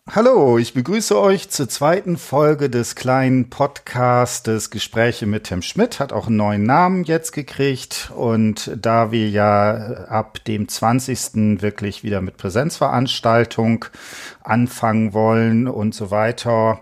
Hallo, ich begrüße euch zur zweiten Folge des kleinen Podcastes Gespräche mit Tim Schmidt. Hat auch einen neuen Namen jetzt gekriegt. Und da wir ja ab dem 20. wirklich wieder mit Präsenzveranstaltung anfangen wollen und so weiter,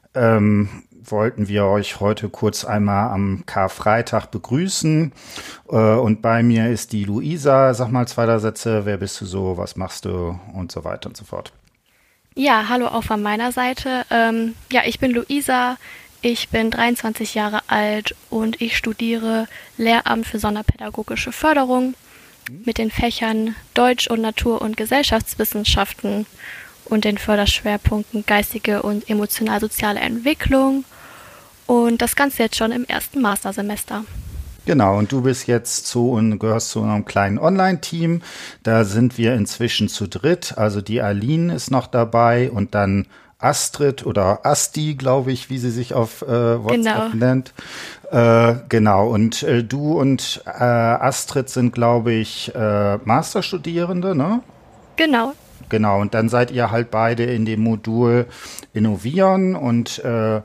wollten wir euch heute kurz einmal am Karfreitag begrüßen. Und bei mir ist die Luisa. Sag mal 2 Sätze. Wer bist du so? Was machst du? Und so weiter und so fort. Ja, hallo auch von meiner Seite. Ich bin Luisa, ich bin 23 Jahre alt und ich studiere Lehramt für sonderpädagogische Förderung mit den Fächern Deutsch und Natur- und Gesellschaftswissenschaften und den Förderschwerpunkten geistige und emotional-soziale Entwicklung und das Ganze jetzt schon im ersten Mastersemester. Genau, und du bist jetzt gehörst zu einem kleinen Online-Team. Da sind wir inzwischen zu dritt. Also die Aline ist noch dabei und dann Astrid oder Asti, glaube ich, wie sie sich auf WhatsApp nennt. Genau, und du und Astrid sind, glaube ich, Masterstudierende, ne? Genau. Genau, und dann seid ihr halt beide in dem Modul Innovieren und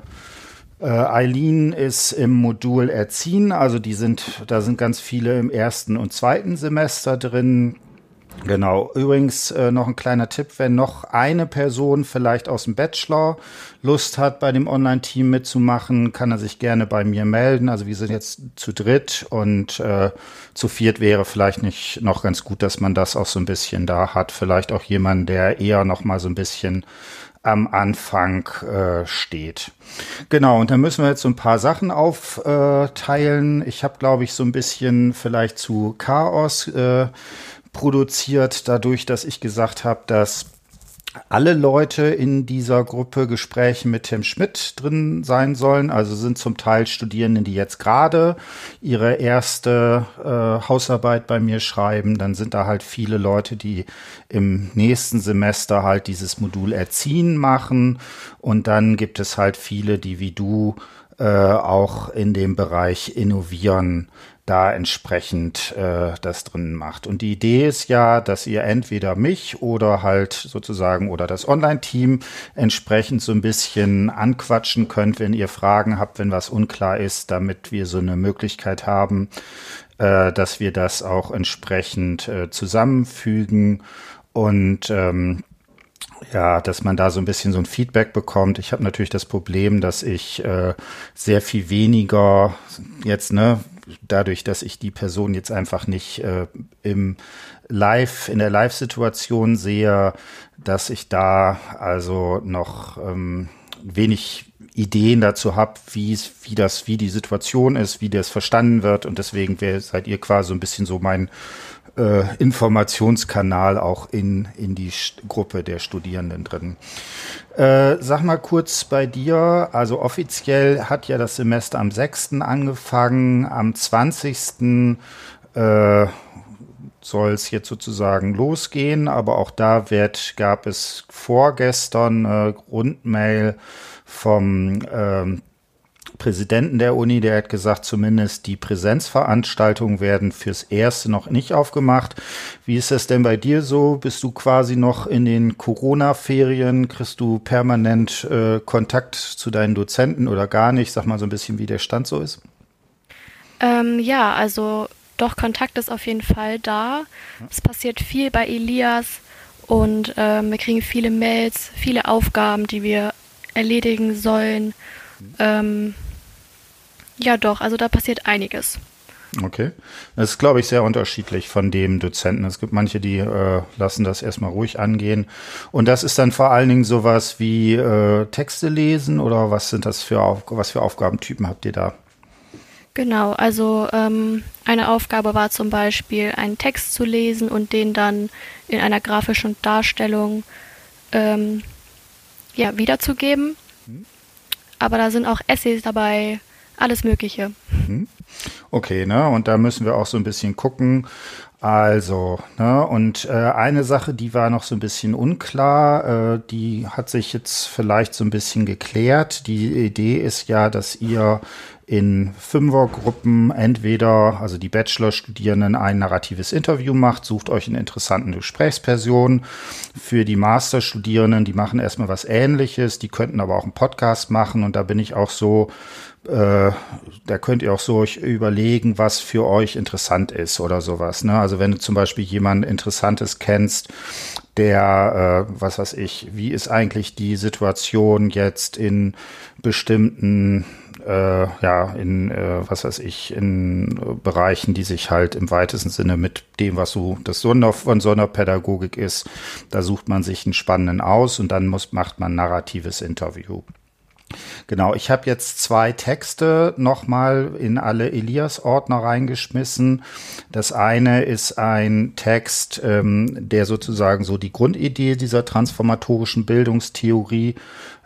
Eileen ist im Modul Erziehen, also da sind ganz viele im 1. und 2. Semester drin. Genau, übrigens noch ein kleiner Tipp, wenn noch eine Person vielleicht aus dem Bachelor Lust hat, bei dem Online-Team mitzumachen, kann er sich gerne bei mir melden. Also wir sind jetzt zu dritt und zu viert wäre vielleicht nicht noch ganz gut, dass man das auch so ein bisschen da hat. Vielleicht auch jemand, der eher noch mal so ein bisschen am Anfang steht. Genau, und dann müssen wir jetzt so ein paar Sachen aufteilen. Ich habe, glaube ich, so ein bisschen vielleicht zu Chaos produziert, dadurch, dass ich gesagt habe, dass alle Leute in dieser Gruppe Gespräche mit Tim Schmidt drin sein sollen. Also sind zum Teil Studierende, die jetzt gerade ihre erste Hausarbeit bei mir schreiben. Dann sind da halt viele Leute, die im nächsten Semester halt dieses Modul Erziehen machen. Und dann gibt es halt viele, die wie du auch in dem Bereich Innovieren da entsprechend das drin macht. Und die Idee ist ja, dass ihr entweder mich oder halt sozusagen oder das Online-Team entsprechend so ein bisschen anquatschen könnt, wenn ihr Fragen habt, wenn was unklar ist, damit wir so eine Möglichkeit haben, dass wir das auch entsprechend zusammenfügen und ja, dass man da so ein bisschen so ein Feedback bekommt. Ich habe natürlich das Problem, dass ich sehr viel weniger jetzt, dadurch, dass ich die Person jetzt einfach nicht in der Live-Situation sehe, dass ich da also noch wenig Ideen dazu habe, wie die Situation ist, wie das verstanden wird. Und deswegen seid ihr quasi so ein bisschen so mein Informationskanal auch in die Gruppe der Studierenden drin. Sag mal kurz bei dir, also offiziell hat ja das Semester am 6. angefangen, am 20. Soll es jetzt sozusagen losgehen, aber auch da gab es vorgestern eine Rundmail vom Präsidenten der Uni, der hat gesagt, zumindest die Präsenzveranstaltungen werden fürs Erste noch nicht aufgemacht. Wie ist das denn bei dir so? Bist du quasi noch in den Corona-Ferien? Kriegst du permanent Kontakt zu deinen Dozenten oder gar nicht? Sag mal so ein bisschen, wie der Stand so ist. Ja, also doch, Kontakt ist auf jeden Fall da. Es passiert viel bei Elias und wir kriegen viele Mails, viele Aufgaben, die wir erledigen sollen. Ja doch, also da passiert einiges. Okay. Das ist, glaube ich, sehr unterschiedlich von dem Dozenten. Es gibt manche, die lassen das erstmal ruhig angehen. Und das ist dann vor allen Dingen sowas wie Texte lesen oder was sind das was für Aufgabentypen habt ihr da? Genau, also eine Aufgabe war zum Beispiel, einen Text zu lesen und den dann in einer grafischen Darstellung wiederzugeben. Aber da sind auch Essays dabei, alles Mögliche. Okay, und da müssen wir auch so ein bisschen gucken. Also, und eine Sache, die war noch so ein bisschen unklar, die hat sich jetzt vielleicht so ein bisschen geklärt. Die Idee ist ja, dass ihr in Fünfergruppen entweder, also die Bachelorstudierenden, ein narratives Interview macht, sucht euch eine interessante Gesprächsperson. Für die Masterstudierenden, die machen erstmal was Ähnliches, die könnten aber auch einen Podcast machen und da bin ich auch so, da könnt ihr auch so euch überlegen, was für euch interessant ist oder sowas. Ne? Also wenn du zum Beispiel jemanden Interessantes kennst, der, was weiß ich, wie ist eigentlich die Situation jetzt in bestimmten, was weiß ich, in Bereichen, die sich halt im weitesten Sinne mit dem, was so das von Sonderpädagogik ist, da sucht man sich einen spannenden aus und dann macht man ein narratives Interview. Genau, ich habe jetzt 2 Texte nochmal in alle Elias-Ordner reingeschmissen. Das eine ist ein Text, der sozusagen so die Grundidee dieser transformatorischen Bildungstheorie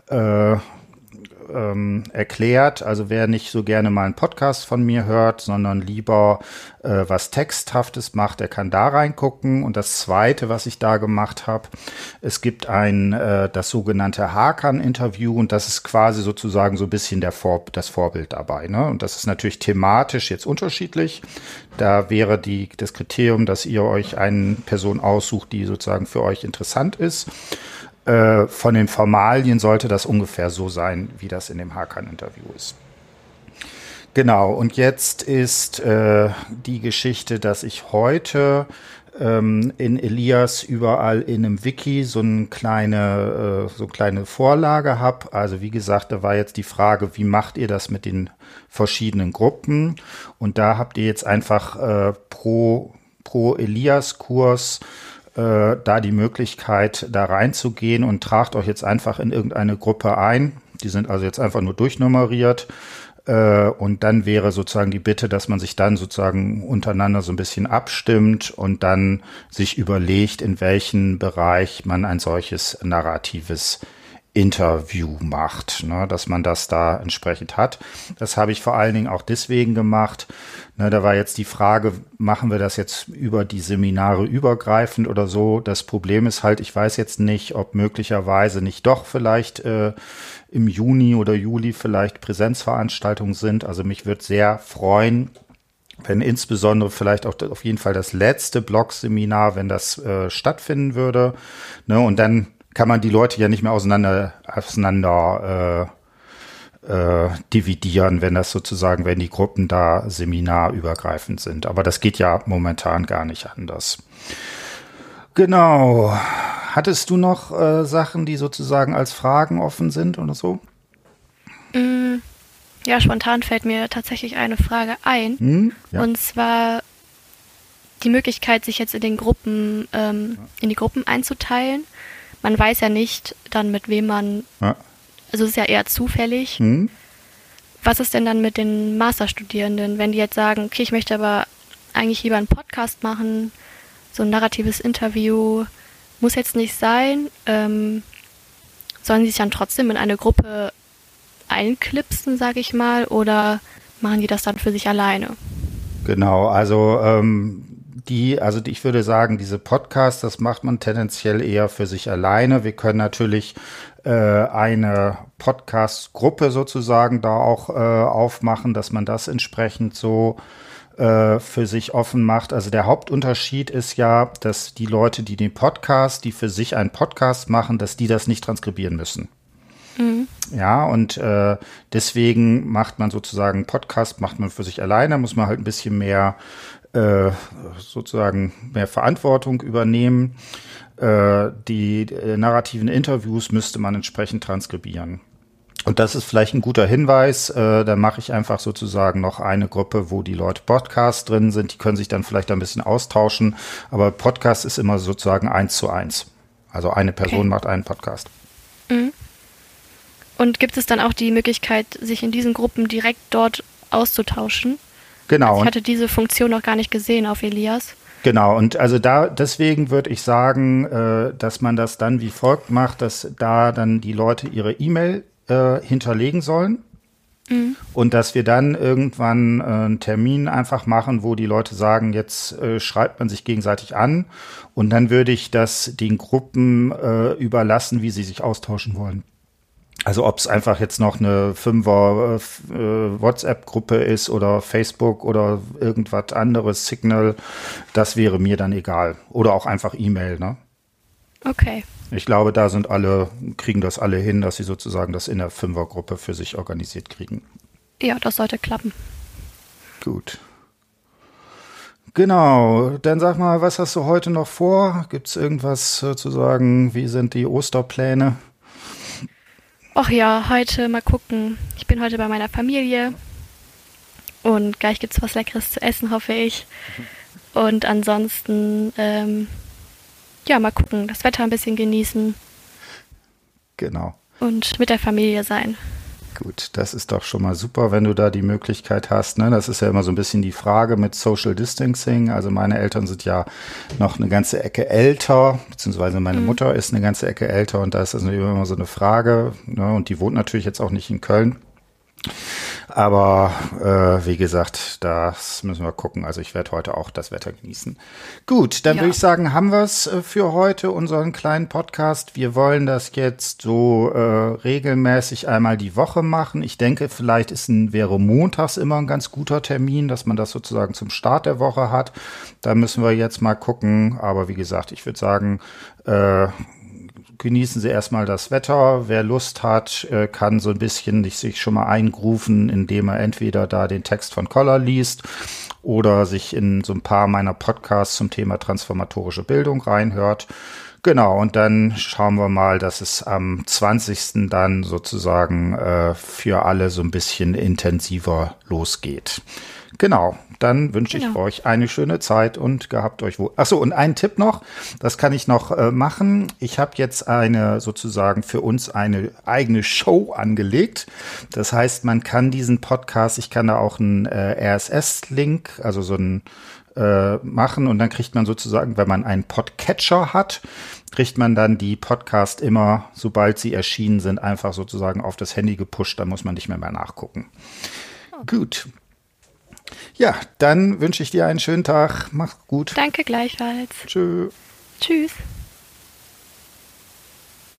erklärt. Also wer nicht so gerne mal einen Podcast von mir hört, sondern lieber was Texthaftes macht, der kann da reingucken. Und das Zweite, was ich da gemacht habe, es gibt das sogenannte Hakan-Interview und das ist quasi sozusagen so ein bisschen das Vorbild dabei. Ne? Und das ist natürlich thematisch jetzt unterschiedlich. Da wäre das Kriterium, dass ihr euch eine Person aussucht, die sozusagen für euch interessant ist. Von den Formalien sollte das ungefähr so sein, wie das in dem Hakan-Interview ist. Genau, und jetzt ist die Geschichte, dass ich heute in Elias überall in einem Wiki so eine kleine Vorlage habe. Also wie gesagt, da war jetzt die Frage, wie macht ihr das mit den verschiedenen Gruppen? Und da habt ihr jetzt einfach pro Elias-Kurs da die Möglichkeit, da reinzugehen und tragt euch jetzt einfach in irgendeine Gruppe ein. Die sind also jetzt einfach nur durchnummeriert. Und dann wäre sozusagen die Bitte, dass man sich dann sozusagen untereinander so ein bisschen abstimmt und dann sich überlegt, in welchem Bereich man ein solches narratives Interview macht, ne, dass man das da entsprechend hat. Das habe ich vor allen Dingen auch deswegen gemacht. Ne, da war jetzt die Frage, machen wir das jetzt über die Seminare übergreifend oder so? Das Problem ist halt, ich weiß jetzt nicht, ob möglicherweise nicht doch vielleicht im Juni oder Juli vielleicht Präsenzveranstaltungen sind. Also mich würde sehr freuen, wenn insbesondere vielleicht auch auf jeden Fall das letzte Blog-Seminar, wenn das stattfinden würde. Ne, und dann kann man die Leute ja nicht mehr auseinander dividieren, wenn die Gruppen da seminarübergreifend sind. Aber das geht ja momentan gar nicht anders. Genau. Hattest du noch Sachen, die sozusagen als Fragen offen sind oder so? Ja, spontan fällt mir tatsächlich eine Frage ein. Ja. Und zwar die Möglichkeit, sich jetzt in die Gruppen einzuteilen. Man weiß ja nicht dann, mit wem man, also es ist ja eher zufällig. Was ist denn dann mit den Masterstudierenden, wenn die jetzt sagen, okay, ich möchte aber eigentlich lieber einen Podcast machen, so ein narratives Interview, muss jetzt nicht sein, sollen sie sich dann trotzdem in eine Gruppe einklipsen, sage ich mal, oder machen die das dann für sich alleine? Genau, also ich würde sagen, diese Podcasts, das macht man tendenziell eher für sich alleine. Wir können natürlich eine Podcast-Gruppe sozusagen da auch aufmachen, dass man das entsprechend so für sich offen macht. Also der Hauptunterschied ist ja, dass die Leute, die für sich einen Podcast machen, dass die das nicht transkribieren müssen. Ja, und deswegen macht man sozusagen Podcast, macht man für sich alleine, muss man halt ein bisschen mehr sozusagen mehr Verantwortung übernehmen. Die narrativen Interviews müsste man entsprechend transkribieren. Und das ist vielleicht ein guter Hinweis. Da mache ich einfach sozusagen noch eine Gruppe, wo die Leute Podcast drin sind. Die können sich dann vielleicht ein bisschen austauschen. Aber Podcast ist immer sozusagen 1:1. Also eine Person macht einen Podcast. Und gibt es dann auch die Möglichkeit, sich in diesen Gruppen direkt dort auszutauschen? Genau. Also ich hatte diese Funktion noch gar nicht gesehen auf Elias. Genau, und also deswegen würde ich sagen, dass man das dann wie folgt macht, dass da dann die Leute ihre E-Mail hinterlegen sollen und dass wir dann irgendwann einen Termin einfach machen, wo die Leute sagen, jetzt schreibt man sich gegenseitig an und dann würde ich das den Gruppen überlassen, wie sie sich austauschen wollen. Also ob es einfach jetzt noch eine Fünfer WhatsApp-Gruppe ist oder Facebook oder irgendwas anderes, Signal, das wäre mir dann egal. Oder auch einfach E-Mail, ne? Okay. Ich glaube, da kriegen das alle hin, dass sie sozusagen das in der Fünfergruppe für sich organisiert kriegen. Ja, das sollte klappen. Gut. Genau, dann sag mal, was hast du heute noch vor? Gibt es irgendwas zu sagen? Wie sind die Osterpläne? Ach ja, heute mal gucken. Ich bin heute bei meiner Familie und gleich gibt's was Leckeres zu essen, hoffe ich. Und ansonsten, ja, mal gucken, das Wetter ein bisschen genießen Genau. und mit der Familie sein. Gut, das ist doch schon mal super, wenn du da die Möglichkeit hast. Ne? Das ist ja immer so ein bisschen die Frage mit Social Distancing. Also meine Eltern sind ja noch eine ganze Ecke älter, beziehungsweise meine Mutter ist eine ganze Ecke älter und da ist das natürlich immer so eine Frage. Ne? Und die wohnt natürlich jetzt auch nicht in Köln. Aber wie gesagt, das müssen wir gucken. Also ich werde heute auch das Wetter genießen. Gut, dann würde ich sagen, haben wir es für heute, unseren kleinen Podcast. Wir wollen das jetzt so regelmäßig einmal die Woche machen. Ich denke, vielleicht wäre montags immer ein ganz guter Termin, dass man das sozusagen zum Start der Woche hat. Da müssen wir jetzt mal gucken. Aber wie gesagt, ich würde sagen, genießen Sie erstmal das Wetter. Wer Lust hat, kann so ein bisschen sich schon mal eingrooven, indem er entweder da den Text von Koller liest oder sich in so ein paar meiner Podcasts zum Thema transformatorische Bildung reinhört. Genau, und dann schauen wir mal, dass es am 20. dann sozusagen für alle so ein bisschen intensiver losgeht. Genau, dann wünsche ich euch eine schöne Zeit und gehabt euch wohl. Achso, und einen Tipp noch, das kann ich noch machen. Ich habe jetzt sozusagen für uns eine eigene Show angelegt. Das heißt, man kann diesen Podcast, ich kann da auch einen RSS-Link, also so einen machen und dann kriegt man sozusagen, wenn man einen Podcatcher hat, kriegt man dann die Podcast immer, sobald sie erschienen sind, einfach sozusagen auf das Handy gepusht, dann muss man nicht mehr nachgucken. Gut. Ja, dann wünsche ich dir einen schönen Tag. Mach's gut. Danke gleichfalls. Tschö. Tschüss.